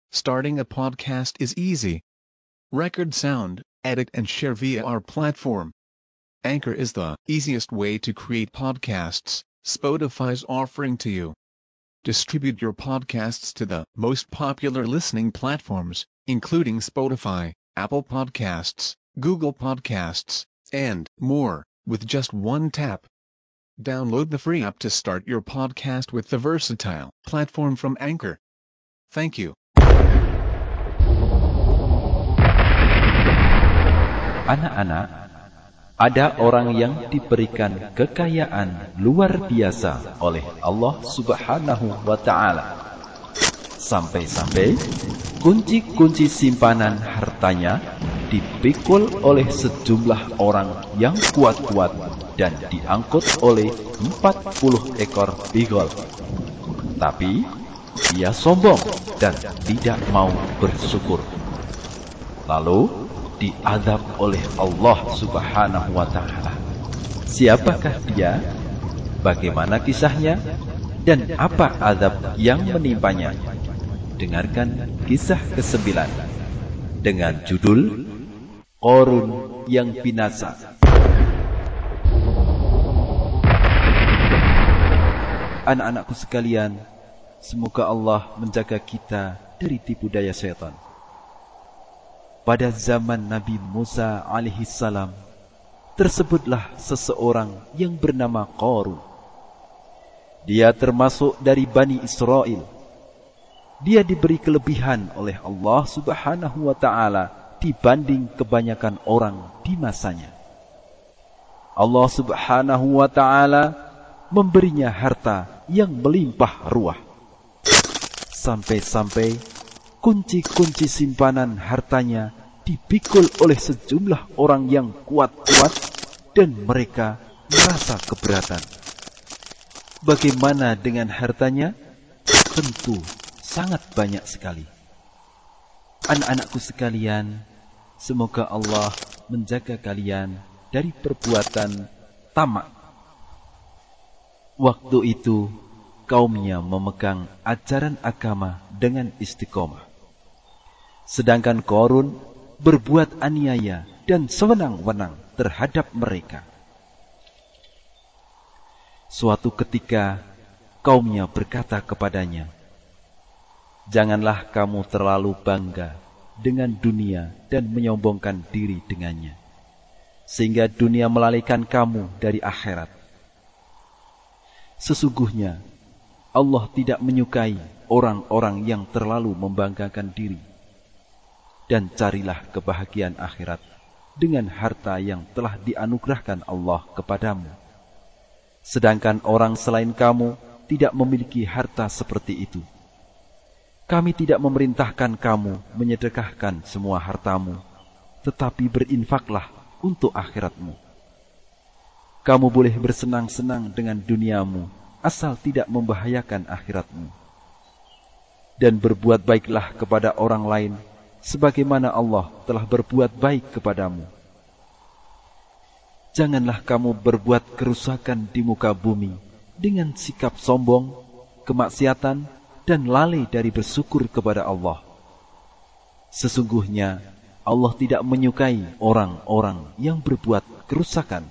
Starting a podcast is easy. Record sound, edit and share via our platform. Anchor is the easiest way to create podcasts Spotify's offering to you. Distribute your podcasts to the most popular listening platforms, including Spotify, Apple Podcasts, Google Podcasts, and more, with just one tap. Download the free app to start your podcast with the versatile platform from Anchor. Thank you. Anak-anak, ada orang yang diberikan kekayaan luar biasa oleh Allah Subhanahu wa Ta'ala. Sampai-sampai kunci-kunci simpanan hartanya dipikul oleh sejumlah orang yang kuat-kuat dan diangkut oleh 40 ekor bigol. Tapi dia sombong dan tidak mau bersyukur. Lalu diazab oleh Allah Subhanahu wa Ta'ala. Siapakah dia? Bagaimana kisahnya? Dan apa azab yang menimpanya? Dengarkan kisah ke-9 dengan judul Qarun yang binasa. Anak-anakku sekalian, semoga Allah menjaga kita dari tipu daya setan. Pada zaman Nabi Musa alaihissalam, tersebutlah seseorang yang bernama Qarun. Dia termasuk dari Bani Israel. Dia diberi kelebihan oleh Allah Subhanahu wa Ta'ala dibanding kebanyakan orang di masanya. Allah Subhanahu wa Ta'ala memberinya harta yang melimpah ruah. Sampai-sampai kunci-kunci simpanan hartanya dipikul oleh sejumlah orang yang kuat-kuat dan mereka merasa keberatan. Bagaimana dengan hartanya? Tentu sangat banyak sekali. Anak-anakku sekalian, semoga Allah menjaga kalian dari perbuatan tamak. Waktu itu kaumnya memegang ajaran agama dengan istiqomah. Sedangkan Qarun berbuat aniaya dan sewenang-wenang terhadap mereka. Suatu ketika kaumnya berkata kepadanya, "Janganlah kamu terlalu bangga dengan dunia dan menyombongkan diri dengannya, sehingga dunia melalaikan kamu dari akhirat. Sesungguhnya Allah tidak menyukai orang-orang yang terlalu membanggakan diri. Dan carilah kebahagiaan akhirat dengan harta yang telah dianugerahkan Allah kepadamu. Sedangkan orang selain kamu tidak memiliki harta seperti itu. Kami tidak memerintahkan kamu menyedekahkan semua hartamu, tetapi berinfaklah untuk akhiratmu. Kamu boleh bersenang-senang dengan duniamu, asal tidak membahayakan akhiratmu. Dan berbuat baiklah kepada orang lain, sebagaimana Allah telah berbuat baik kepadamu. Janganlah kamu berbuat kerusakan di muka bumi dengan sikap sombong, kemaksiatan, dan lalai dari bersyukur kepada Allah. Sesungguhnya Allah tidak menyukai orang-orang yang berbuat kerusakan."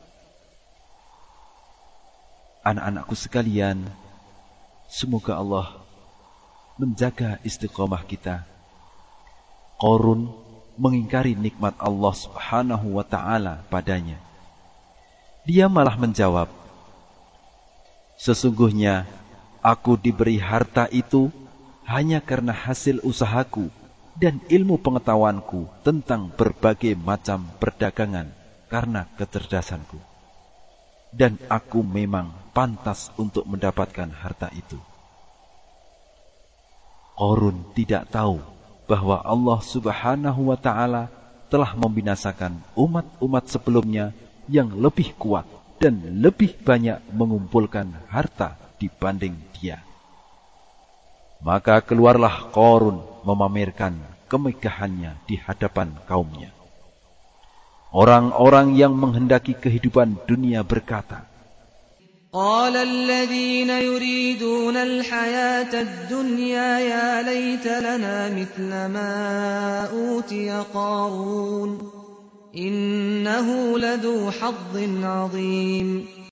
Anak-anakku sekalian, semoga Allah menjaga istiqomah kita. Qarun mengingkari nikmat Allah Subhanahu wa Ta'ala padanya. Dia malah menjawab, "Sesungguhnya aku diberi harta itu hanya karena hasil usahaku dan ilmu pengetahuanku tentang berbagai macam perdagangan karena kecerdasanku. Dan aku memang pantas untuk mendapatkan harta itu." Qarun tidak tahu bahwa Allah Subhanahu wa Ta'ala telah membinasakan umat-umat sebelumnya yang lebih kuat dan lebih banyak mengumpulkan harta dibanding dia. Maka keluarlah Qarun memamerkan kemegahannya di hadapan kaumnya. Orang-orang yang menghendaki kehidupan dunia berkata, قال الذين يريدون الحياة الدنيا يا ليت لنا مثل ما أوتي قارون إنه لذو حظ عظيم.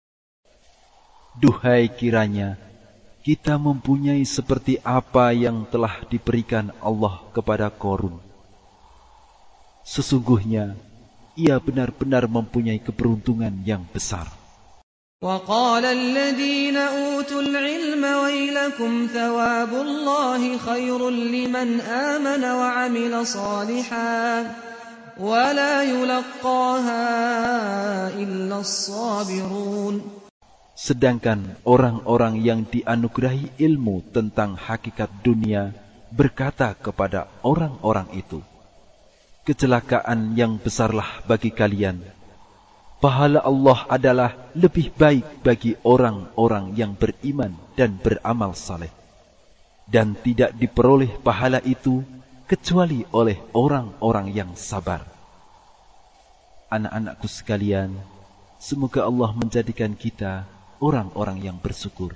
Duhai kiranya kita mempunyai seperti apa yang telah diberikan Allah kepada Qarun. Sesungguhnya ia benar-benar mempunyai keberuntungan yang besar. وقال الذين أوتوا العلم ويلكم ثواب الله خير لمن آمن وعمل صالحا ولا يلقاها إلا الصابرون. Sedangkan orang-orang yang dianugerahi ilmu tentang hakikat dunia berkata kepada orang-orang itu, kecelakaan yang besarlah bagi kalian. Pahala Allah adalah lebih baik bagi orang-orang yang beriman dan beramal saleh. Dan tidak diperoleh pahala itu kecuali oleh orang-orang yang sabar. Anak-anakku sekalian, semoga Allah menjadikan kita orang-orang yang bersyukur.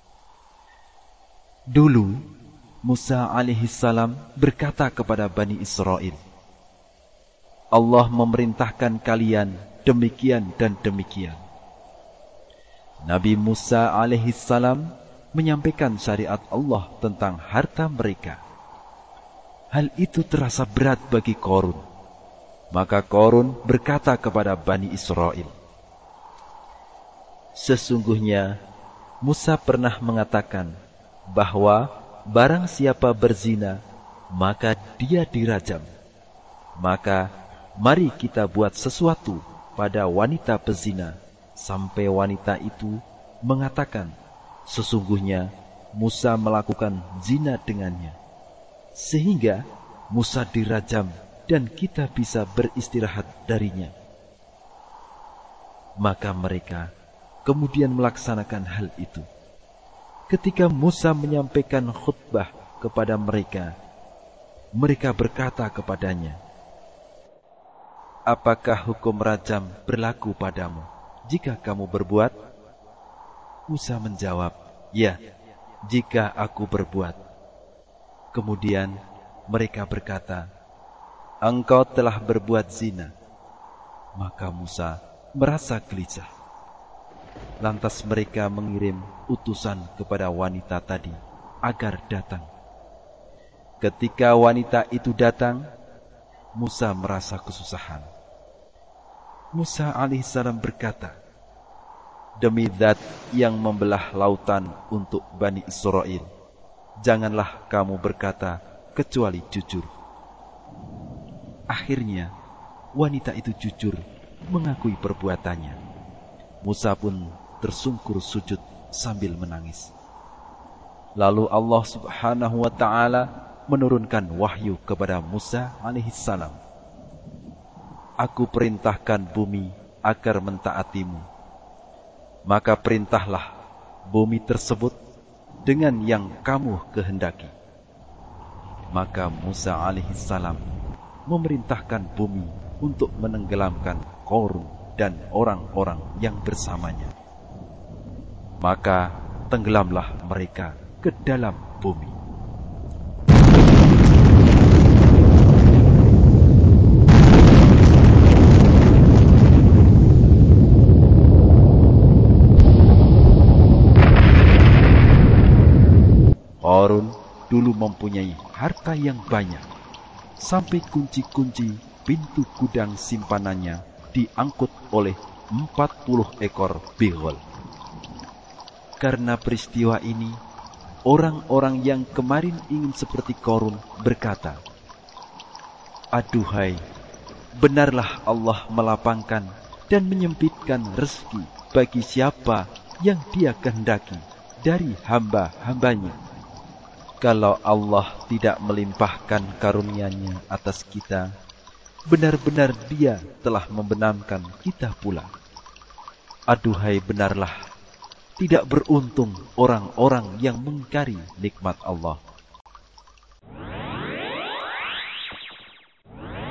Dulu, Musa alaihissalam berkata kepada Bani Israel, Allah memerintahkan kalian demikian dan demikian. Nabi Musa alaihissalam menyampaikan syariat Allah tentang harta mereka. Hal itu terasa berat bagi Qarun. Maka Qarun berkata kepada Bani Israel, sesungguhnya Musa pernah mengatakan bahwa barang siapa berzina, maka dia dirajam. Maka mari kita buat sesuatu pada wanita pezina, sampai wanita itu mengatakan, sesungguhnya Musa melakukan zina dengannya. Sehingga Musa dirajam dan kita bisa beristirahat darinya. Maka mereka kemudian melaksanakan hal itu. Ketika Musa menyampaikan khutbah kepada mereka, mereka berkata kepadanya, apakah hukum rajam berlaku padamu jika kamu berbuat? Musa menjawab, ya, jika aku berbuat. Kemudian mereka berkata, engkau telah berbuat zina. Maka Musa merasa gelisah. Lantas mereka mengirim utusan kepada wanita tadi agar datang. Ketika wanita itu datang, Musa merasa kesusahan. Musa alaihissalam berkata, demi Zat yang membelah lautan untuk Bani Israel, janganlah kamu berkata kecuali jujur. Akhirnya wanita itu jujur mengakui perbuatannya. Musa pun tersungkur sujud sambil menangis. Lalu Allah subhanahu wa ta'ala menurunkan wahyu kepada Musa alaihissalam. Aku perintahkan bumi agar mentaatimu. Maka perintahlah bumi tersebut dengan yang kamu kehendaki. Maka Musa alaihissalam memerintahkan bumi untuk menenggelamkan Qarun dan orang-orang yang bersamanya. Maka tenggelamlah mereka ke dalam bumi. Qarun dulu mempunyai harta yang banyak, sampai kunci-kunci pintu gudang simpanannya diangkut oleh 40 ekor bihol. Karena peristiwa ini, orang-orang yang kemarin ingin seperti Qarun berkata, aduhai, benarlah Allah melapangkan dan menyempitkan rezeki bagi siapa yang Dia kehendaki dari hamba-hambanya. Kalau Allah tidak melimpahkan karunia-Nya atas kita, benar-benar Dia telah membenamkan kita pula. Aduhai, benarlah tidak beruntung orang-orang yang mengingkari nikmat Allah.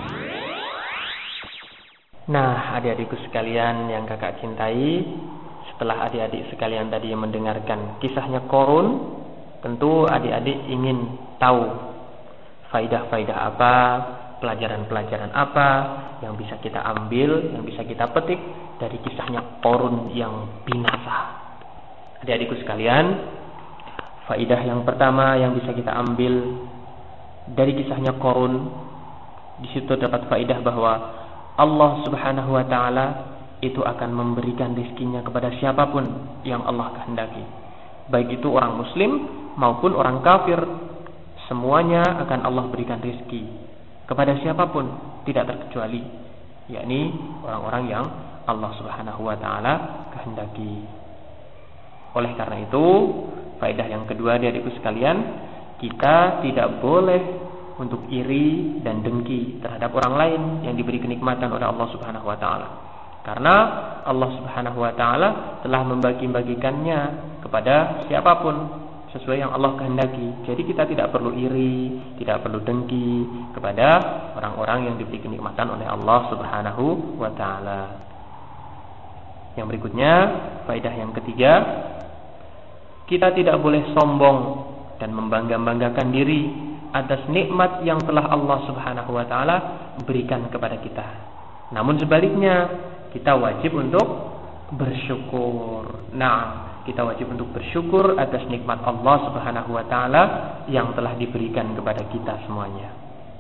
Nah, adik-adikku sekalian yang kakak cintai, Setelah adik-adik sekalian tadi mendengarkan kisahnya Qarun, tentu adik-adik ingin tahu faidah-faidah apa, pelajaran-pelajaran apa yang bisa kita ambil, yang bisa kita petik dari kisahnya Qarun yang binasa. Adik-adikku sekalian, faidah yang pertama yang bisa kita ambil dari kisahnya Qarun, di situ dapat faidah bahwa Allah Subhanahu wa taala itu akan memberikan rezekinya kepada siapapun yang Allah kehendaki. Baik itu orang muslim maupun orang kafir, semuanya akan Allah berikan rezeki kepada siapapun, tidak terkecuali, yakni orang-orang yang Allah Subhanahu wa taala kehendaki. Oleh karena itu, faedah yang kedua dari adikku sekalian, kita tidak boleh untuk iri dan dengki terhadap orang lain yang diberi kenikmatan oleh Allah Subhanahu wa taala. Karena Allah Subhanahu wa taala telah membagi-bagikannya kepada siapapun sesuai yang Allah kehendaki. Jadi kita tidak perlu iri, tidak perlu dengki kepada orang-orang yang diberi kenikmatan oleh Allah Subhanahu wa taala. Yang berikutnya, faedah yang ketiga, kita tidak boleh sombong dan membangga-banggakan diri atas nikmat yang telah Allah Subhanahu wa taala berikan kepada kita. Namun sebaliknya, kita wajib untuk bersyukur. Nah, kita wajib untuk bersyukur atas nikmat Allah Subhanahu wa taala yang telah diberikan kepada kita semuanya.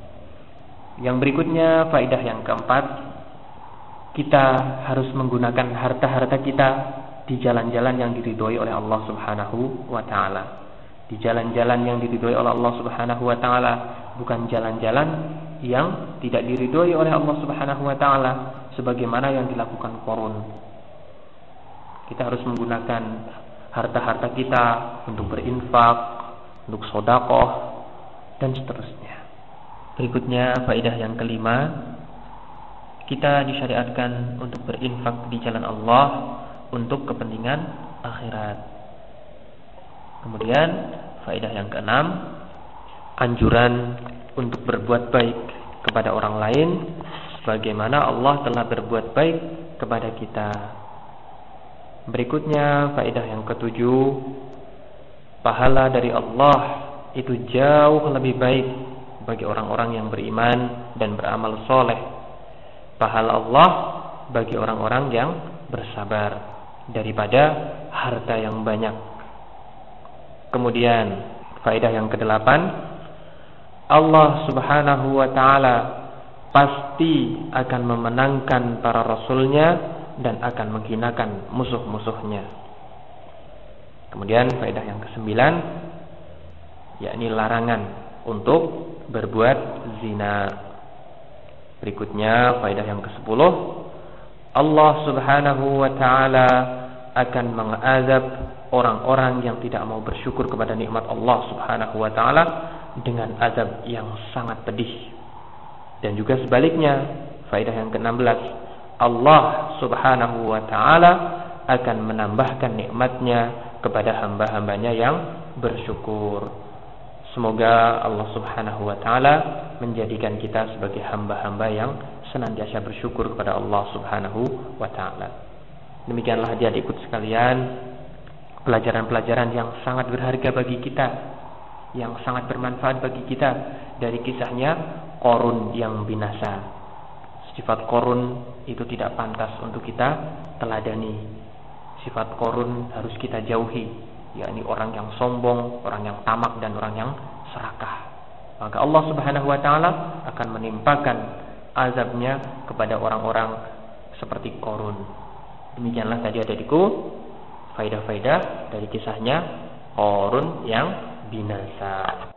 Yang berikutnya, faedah yang keempat, kita harus menggunakan harta-harta kita di jalan-jalan yang diridhoi oleh Allah Subhanahu wa taala. Di jalan-jalan yang diridhoi oleh Allah Subhanahu wa taala, bukan jalan-jalan yang tidak diridhoi oleh Allah Subhanahu wa taala sebagaimana yang dilakukan Qarun. Kita harus menggunakan harta-harta kita untuk berinfak, untuk sedekah dan seterusnya. Berikutnya faedah yang kelima, kita disyariatkan untuk berinfak di jalan Allah untuk kepentingan akhirat. Kemudian faedah yang keenam, anjuran untuk berbuat baik kepada orang lain sebagaimana Allah telah berbuat baik kepada kita. Berikutnya faedah yang ketujuh, pahala dari Allah itu jauh lebih baik bagi orang-orang yang beriman dan beramal soleh. Pahala Allah bagi orang-orang yang bersabar daripada harta yang banyak. Kemudian faedah yang kedelapan, Allah Subhanahu wa taala pasti akan memenangkan para rasulnya dan akan menghinakan musuh-musuhnya. Kemudian faedah yang kesembilan, yakni larangan untuk berbuat zina. Berikutnya faedah yang ke-10, Allah Subhanahu wa taala akan mengazab orang-orang yang tidak mau bersyukur kepada nikmat Allah Subhanahu wa taala dengan azab yang sangat pedih. Dan juga sebaliknya, faedah yang ke-16, Allah Subhanahu wa taala akan menambahkan nikmatnya kepada hamba-hambanya yang bersyukur. Semoga Allah Subhanahu wa taala menjadikan kita sebagai hamba-hamba yang senantiasa bersyukur kepada Allah Subhanahu wa taala. Demikianlah adik-adikku sekalian, pelajaran-pelajaran yang sangat berharga bagi kita, yang sangat bermanfaat bagi kita dari kisahnya Qarun yang binasa. Sifat Qarun itu tidak pantas untuk kita teladani. Sifat Qarun harus kita jauhi, yakni orang yang sombong, orang yang tamak dan orang yang serakah. Maka Allah Subhanahu wa taala akan menimpakan azabnya kepada orang-orang seperti Qarun. Demikianlah tadi adikku faidah-faidah dari kisahnya Qarun yang binasa.